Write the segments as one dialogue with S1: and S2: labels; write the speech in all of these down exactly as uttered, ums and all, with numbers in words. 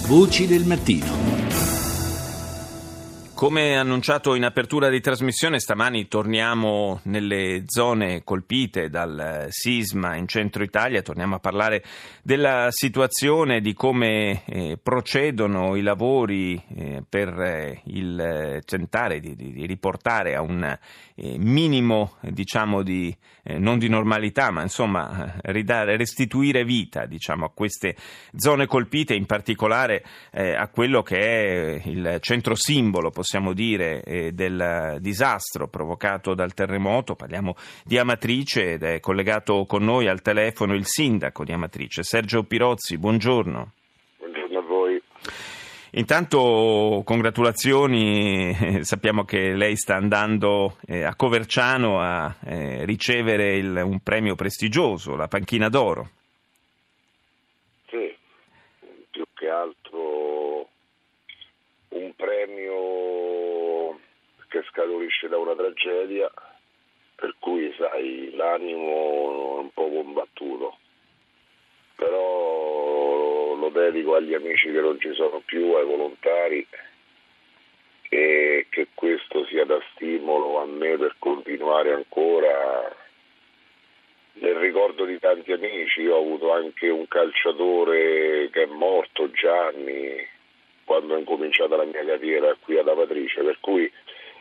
S1: Voci del mattino.
S2: Come annunciato in apertura di trasmissione, stamani torniamo nelle zone colpite dal sisma in centro Italia, torniamo a parlare della situazione, di come eh, procedono i lavori eh, per eh, il tentare di, di, di riportare a un eh, minimo, diciamo, di eh, non di normalità, ma insomma ridare, restituire vita, diciamo, a queste zone colpite, in particolare eh, a quello che è il centro simbolo, possiamo dire, eh, del disastro provocato dal terremoto. Parliamo di Amatrice ed è collegato con noi al telefono il sindaco di Amatrice, Sergio Pirozzi. Buongiorno.
S3: Buongiorno a voi.
S2: Intanto congratulazioni, eh, sappiamo che lei sta andando eh, a Coverciano a eh, ricevere il, un premio prestigioso, la Panchina d'Oro.
S3: Sì, più che altro un premio che scaturisce da una tragedia, per cui sai, l'animo è un po' combattuto, però lo dedico agli amici che non ci sono più, ai volontari, e che questo sia da stimolo a me per continuare ancora. Nel ricordo di tanti amici, io ho avuto anche un calciatore che è morto, Gianni, quando ho incominciato la mia carriera qui ad Amatrice, per cui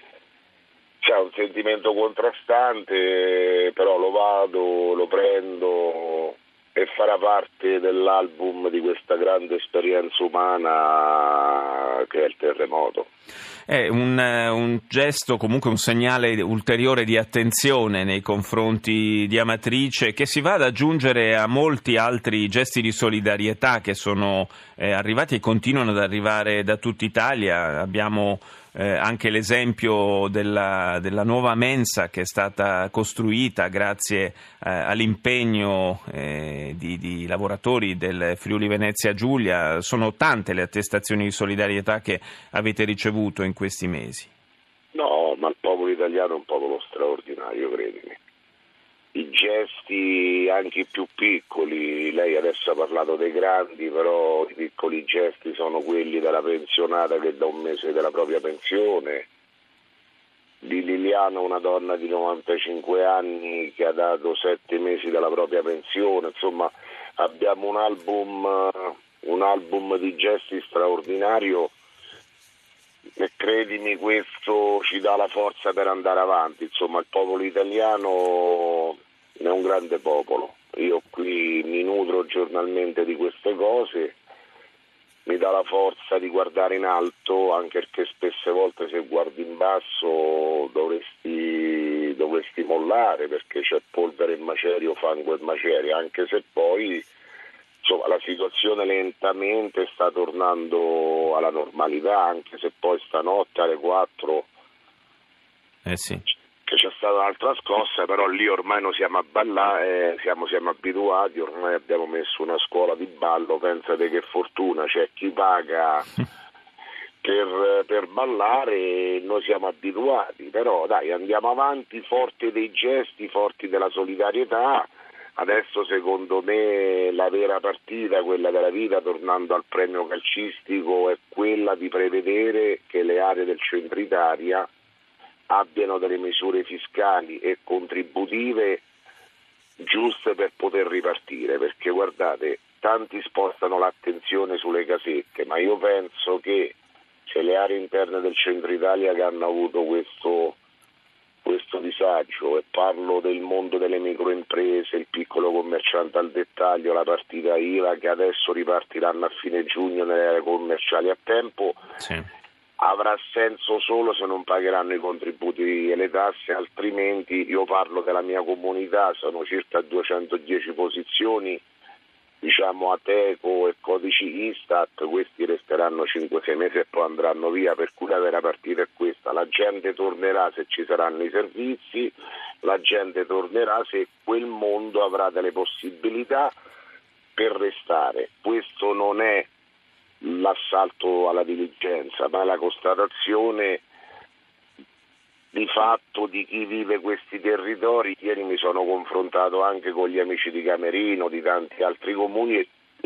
S3: c'è un sentimento contrastante, però lo vado, lo prendo e farà parte dell'album di questa grande esperienza umana che è il terremoto.
S2: È un, un gesto, comunque un segnale ulteriore di attenzione nei confronti di Amatrice, che si va ad aggiungere a molti altri gesti di solidarietà che sono eh, arrivati e continuano ad arrivare da tutta Italia. Abbiamo eh, anche l'esempio della, della nuova mensa che è stata costruita grazie eh, all'impegno eh, di, di lavoratori del Friuli Venezia Giulia. Sono tante le attestazioni di solidarietà che avete ricevuto in questi mesi.
S3: No, ma il popolo italiano è un popolo straordinario, credimi. I gesti, anche i più piccoli, lei adesso ha parlato dei grandi, però i piccoli gesti sono quelli della pensionata che dà un mese della propria pensione, di Liliana, una donna di novantacinque anni che ha dato sette mesi della propria pensione. Insomma, abbiamo un album, un album di gesti straordinario. E credimi, questo ci dà la forza per andare avanti. Insomma, il popolo italiano è un grande popolo. Io qui mi nutro giornalmente di queste cose, mi dà la forza di guardare in alto, anche perché spesse volte se guardi in basso dovresti, dovresti mollare, perché c'è polvere e macerie, fango e macerie, anche se poi insomma, la situazione lentamente sta tornando alla normalità, anche se poi stanotte alle quattro
S2: eh sì.
S3: che c'è stata un'altra scossa, però lì ormai noi siamo a ballare, eh, siamo, siamo abituati, ormai abbiamo messo una scuola di ballo, pensate che fortuna, c'è chi paga per, per ballare, noi siamo abituati, però dai, andiamo avanti, forti dei gesti, forti della solidarietà. Adesso secondo me la vera partita, quella della vita, tornando al premio calcistico, è quella di prevedere che le aree del centro Italia abbiano delle misure fiscali e contributive giuste per poter ripartire, perché guardate, tanti spostano l'attenzione sulle casette, ma io penso che se le aree interne del centro Italia che hanno avuto questo questo disagio, e parlo del mondo delle microimprese, il piccolo commerciante al dettaglio, la partita I V A che adesso ripartiranno a fine giugno nelle aree commerciali a tempo,
S2: sì.
S3: Avrà senso solo se non pagheranno i contributi e le tasse, altrimenti, io parlo della mia comunità, sono circa duecentodieci posizioni, diciamo Ateco e codici Istat, questi resteranno cinque sei mesi e poi andranno via, per cui la vera partita è questa: la gente tornerà se ci saranno i servizi, la gente tornerà se quel mondo avrà delle possibilità per restare. Questo non è l'assalto alla diligenza, ma la constatazione di fatto di chi vive questi territori. Ieri mi sono confrontato anche con gli amici di Camerino, di tanti altri comuni, e,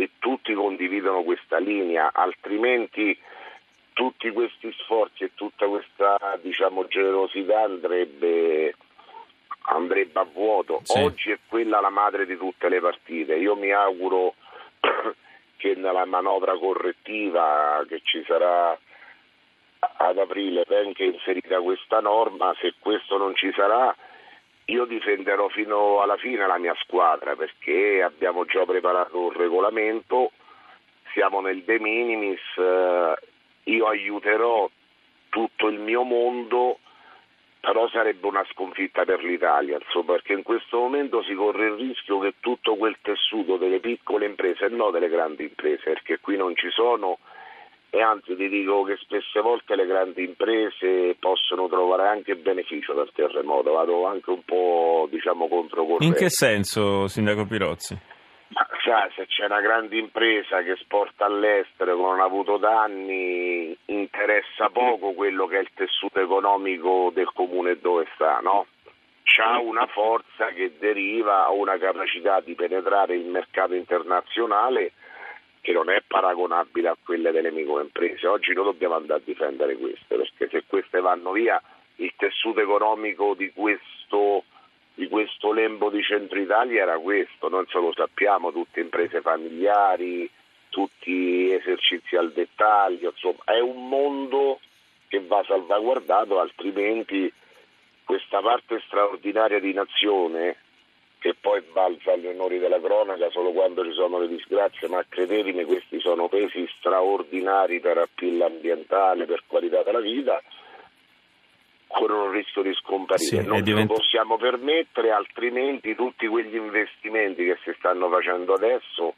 S3: e tutti condividono questa linea, altrimenti tutti questi sforzi e tutta questa, diciamo, generosità andrebbe, andrebbe a vuoto. Sì. Oggi è quella la madre di tutte le partite. Io mi auguro che nella manovra correttiva che ci sarà ad aprile venga inserita questa norma. Se questo non ci sarà, io difenderò fino alla fine la mia squadra, perché abbiamo già preparato un regolamento, siamo nel de minimis, eh, io aiuterò tutto il mio mondo, però sarebbe una sconfitta per l'Italia, insomma, perché in questo momento si corre il rischio che tutto quel tessuto delle piccole imprese e non delle grandi imprese, perché qui non ci sono, e anzi ti dico che spesse volte le grandi imprese possono trovare anche beneficio dal terremoto, vado anche un po', diciamo, controcorrente.
S2: In che senso, Sindaco Pirozzi?
S3: Ma sai, se c'è una grande impresa che esporta all'estero, che non ha avuto danni, interessa poco quello che è il tessuto economico del comune dove sta, no? C'ha una forza che deriva, ha una capacità di penetrare il mercato internazionale che non è paragonabile a quelle delle microimprese. Oggi noi dobbiamo andare a difendere queste, perché se queste vanno via il tessuto economico di questo di questo lembo di Centro Italia era questo, non se lo sappiamo, tutte imprese familiari, tutti esercizi al dettaglio, insomma è un mondo che va salvaguardato, altrimenti questa parte straordinaria di nazione, che poi balza agli onori della cronaca solo quando ci sono le disgrazie, ma credetemi questi sono pesi straordinari per appeal ambientale, per qualità della vita, corrono il rischio di scomparire. Sì, non divent... lo possiamo permettere, altrimenti tutti quegli investimenti che si stanno facendo adesso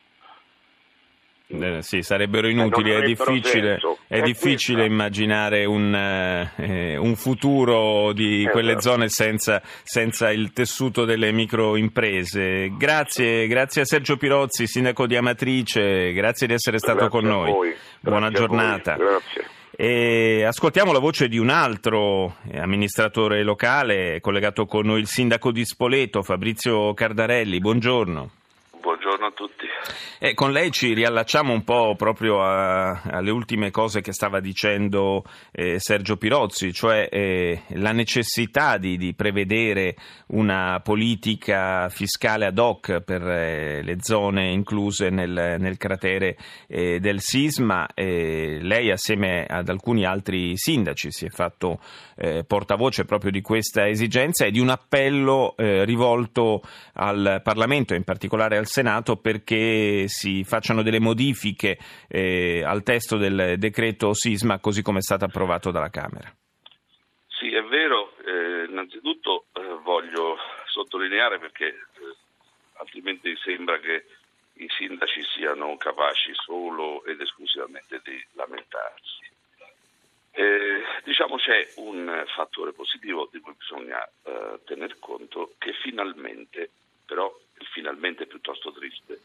S2: Eh, sì, sarebbero inutili, è difficile, è difficile immaginare un, eh, un futuro di quelle zone senza, senza il tessuto delle microimprese. Grazie, grazie a Sergio Pirozzi, sindaco di Amatrice, grazie di essere stato
S3: grazie
S2: con noi.
S3: Voi.
S2: Buona
S3: grazie
S2: giornata.
S3: Grazie.
S2: E ascoltiamo la voce di un altro amministratore locale, collegato con noi il sindaco di Spoleto, Fabrizio Cardarelli. Buongiorno.
S1: Buongiorno a tutti.
S2: E con lei ci riallacciamo un po' proprio a, alle ultime cose che stava dicendo eh, Sergio Pirozzi, cioè eh, la necessità di, di prevedere una politica fiscale ad hoc per eh, le zone incluse nel, nel cratere eh, del sisma. Eh, lei assieme ad alcuni altri sindaci si è fatto eh, portavoce proprio di questa esigenza e di un appello eh, rivolto al Parlamento, in particolare al Senato, perché si facciano delle modifiche eh, al testo del decreto sisma così come è stato approvato dalla Camera.
S1: Sì, è vero, eh, innanzitutto eh, voglio sottolineare, perché eh, altrimenti sembra che i sindaci siano capaci solo ed esclusivamente di lamentarsi. Eh, diciamo c'è un fattore positivo di cui bisogna eh, tener conto, che finalmente, però finalmente piuttosto triste,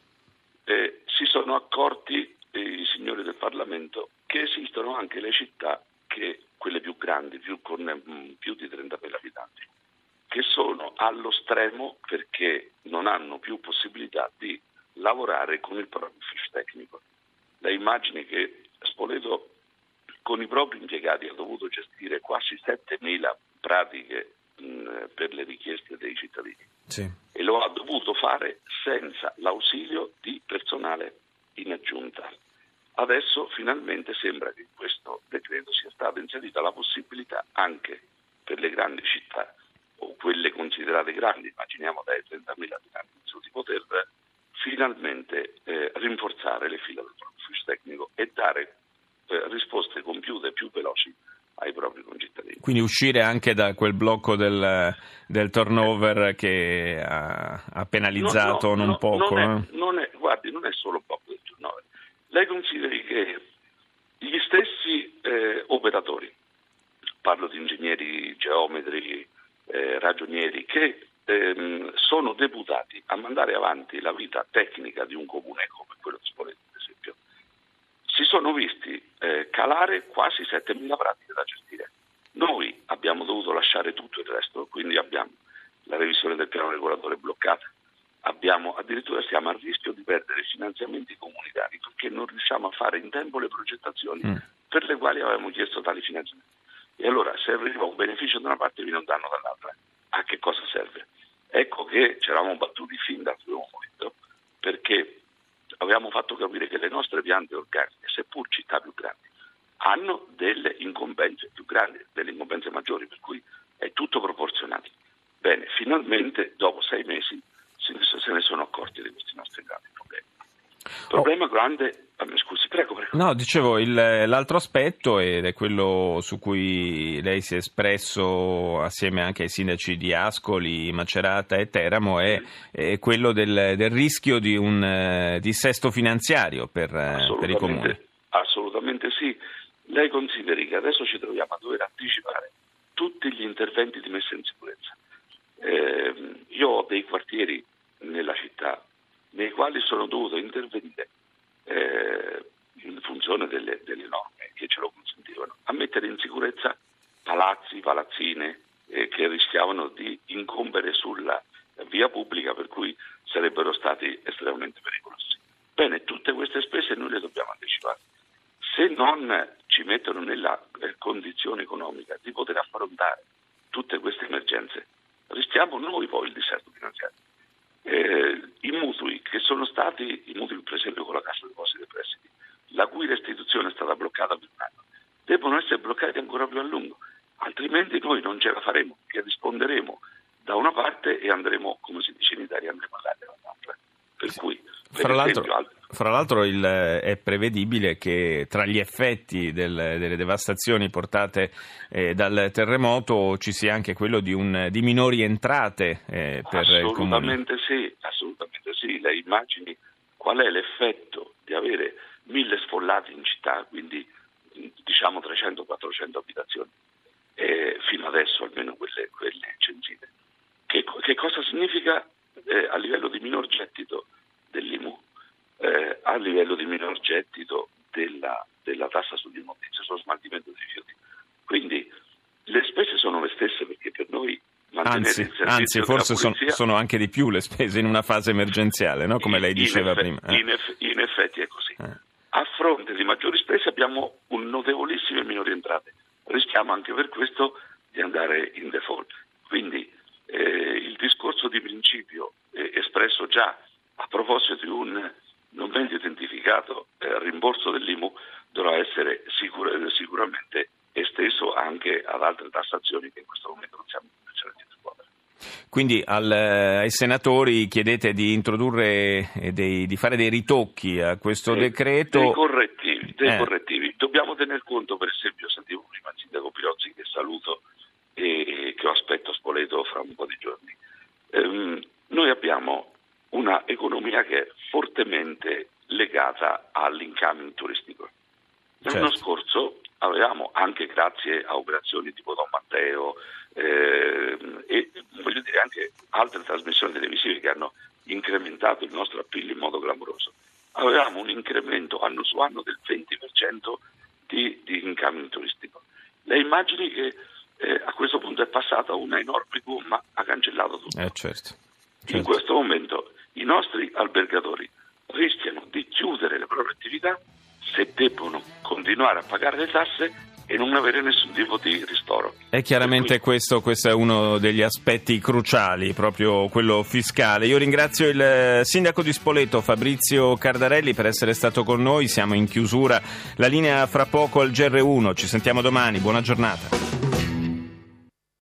S1: eh, si sono accorti eh, i signori del Parlamento che esistono anche le città, che quelle più grandi, più con mh, più di trentamila abitanti, che sono allo stremo perché non hanno più possibilità di lavorare con il proprio ufficio tecnico. Lei immagini che Spoleto con i propri impiegati ha dovuto gestire quasi settemila pratiche mh, per le richieste dei cittadini.
S2: Sì.
S1: E lo ha dovuto fare senza l'ausilio di personale in aggiunta. Adesso finalmente sembra che in questo decreto sia stata inserita la possibilità anche per le grandi città, o quelle considerate grandi, immaginiamo dai trentamila abitanti, di poter finalmente eh, rinforzare le fila del proprio ufficio tecnico e dare eh, risposte compiute più veloci ai propri concittadini.
S2: Quindi uscire anche da quel blocco del, del turnover che ha, ha penalizzato
S1: no, no,
S2: non
S1: no,
S2: poco.
S1: Non è,
S2: eh?
S1: non è, guardi, non è solo il blocco del turnover. Lei consideri che gli stessi eh, operatori, parlo di ingegneri, geometri, eh, ragionieri, che ehm, sono deputati a mandare avanti la vita tecnica di un comune come quello di Spoleto, per esempio, si sono visti eh, calare quasi settemila pratiche da gestire. Noi abbiamo dovuto lasciare tutto il resto, quindi abbiamo la revisione del piano regolatore bloccata, abbiamo, addirittura siamo a rischio di perdere i finanziamenti comunitari perché non riusciamo a fare in tempo le progettazioni mm. per le quali avevamo chiesto tali finanziamenti. E allora se arriva un beneficio da una parte e viene un danno dall'altra, a che cosa serve? Ecco che ci eravamo battuti fin dal primo momento, perché avevamo fatto capire che le nostre piante organiche, seppur città più grandi, hanno delle incombenze più grandi, delle incombenze maggiori, per cui è tutto proporzionato. Bene, finalmente dopo sei mesi se ne sono accorti di questi nostri grandi problemi. Il problema oh. grande, ah, scusi, prego, prego.
S2: No, dicevo, il, l'altro aspetto, ed è quello su cui lei si è espresso assieme anche ai sindaci di Ascoli, Macerata e Teramo, è, è quello del, del rischio di un uh, dissesto finanziario per, uh, per i comuni.
S1: Assolutamente sì. Lei consideri che adesso ci troviamo a dover anticipare tutti gli interventi di messa in sicurezza. Eh, io ho dei quartieri nella città nei quali sono dovuto intervenire eh, in funzione delle, delle norme che ce lo consentivano, a mettere in sicurezza palazzi, palazzine eh, che rischiavano di incombere sulla via pubblica, per cui sarebbero stati estremamente pericolosi. Bene, tutte queste spese noi le dobbiamo anticipare. Se non ci mettono nella eh, condizione economica di poter affrontare tutte queste emergenze, rischiamo noi poi il dissesto finanziario. Eh, I mutui che sono stati, i mutui per esempio con la Cassa Depositi e Prestiti, la cui restituzione è stata bloccata per un anno, devono essere bloccati ancora più a lungo, altrimenti noi non ce la faremo, che risponderemo da una parte e andremo, come si dice in Italia, andremo all'altra dall'altra. Per cui, per
S2: fra l'altro,
S1: esempio,
S2: fra l'altro il, è prevedibile che tra gli effetti del, delle devastazioni portate eh, dal terremoto ci sia anche quello di, un, di minori entrate eh, per il comune.
S1: Assolutamente sì, assolutamente sì. Lei immagini qual è l'effetto di avere mille sfollati in città, quindi diciamo trecento quattrocento abitazioni, eh, fino adesso almeno quelle, quelle censite. Che, che cosa significa eh, a livello di minor gettito dell'I M U? Eh, a livello di minor gettito della, della tassa sull'immondizia, sullo smaltimento dei rifiuti. Quindi le spese sono le stesse, perché per noi mantenere
S2: anzi,
S1: il servizio
S2: anzi forse
S1: della polizia,
S2: sono, sono anche di più le spese in una fase emergenziale, no? Come lei diceva
S1: in
S2: prima.
S1: Eh. In, eff- in effetti è così. Eh. A fronte di maggiori spese abbiamo un notevolissime minori entrate. Rischiamo anche per questo di andare in default. Quindi eh, il discorso di principio eh, espresso già a proposito di un non ben identificato eh, rimborso dell'I M U dovrà essere sicur- sicuramente esteso anche ad altre tassazioni che in questo momento non siamo in condizione di riscuotere.
S2: Quindi al, ai senatori chiedete di introdurre, eh, dei, di fare dei ritocchi a questo
S1: eh,
S2: decreto.
S1: Dei correttivi, dei
S2: eh.
S1: correttivi. Dobbiamo tener conto, per esempio, sentivo prima il sindaco Pirozzi, che saluto e, e che ho aspetto a Spoleto fra un po' di giorni. Ehm, noi abbiamo una economia che è fortemente legata all'incoming turistico. L'anno certo. scorso avevamo, anche grazie a operazioni tipo Don Matteo eh, e voglio dire anche altre trasmissioni televisive che hanno incrementato il nostro appeal in modo clamoroso, avevamo un incremento anno su anno del venti per cento di, di incoming turistico. Lei immagini che eh, a questo punto è passata una enorme gomma, ha cancellato tutto.
S2: Eh, certo. Certo.
S1: In questo momento i nostri albergatori rischiano di chiudere le proprie attività se debbono continuare a pagare le tasse e non avere nessun tipo di ristoro.
S2: E chiaramente cui... questo, questo è uno degli aspetti cruciali, proprio quello fiscale. Io ringrazio il sindaco di Spoleto, Fabrizio Cardarelli, per essere stato con noi. Siamo in chiusura, la linea fra poco al G R uno, ci sentiamo domani, buona giornata.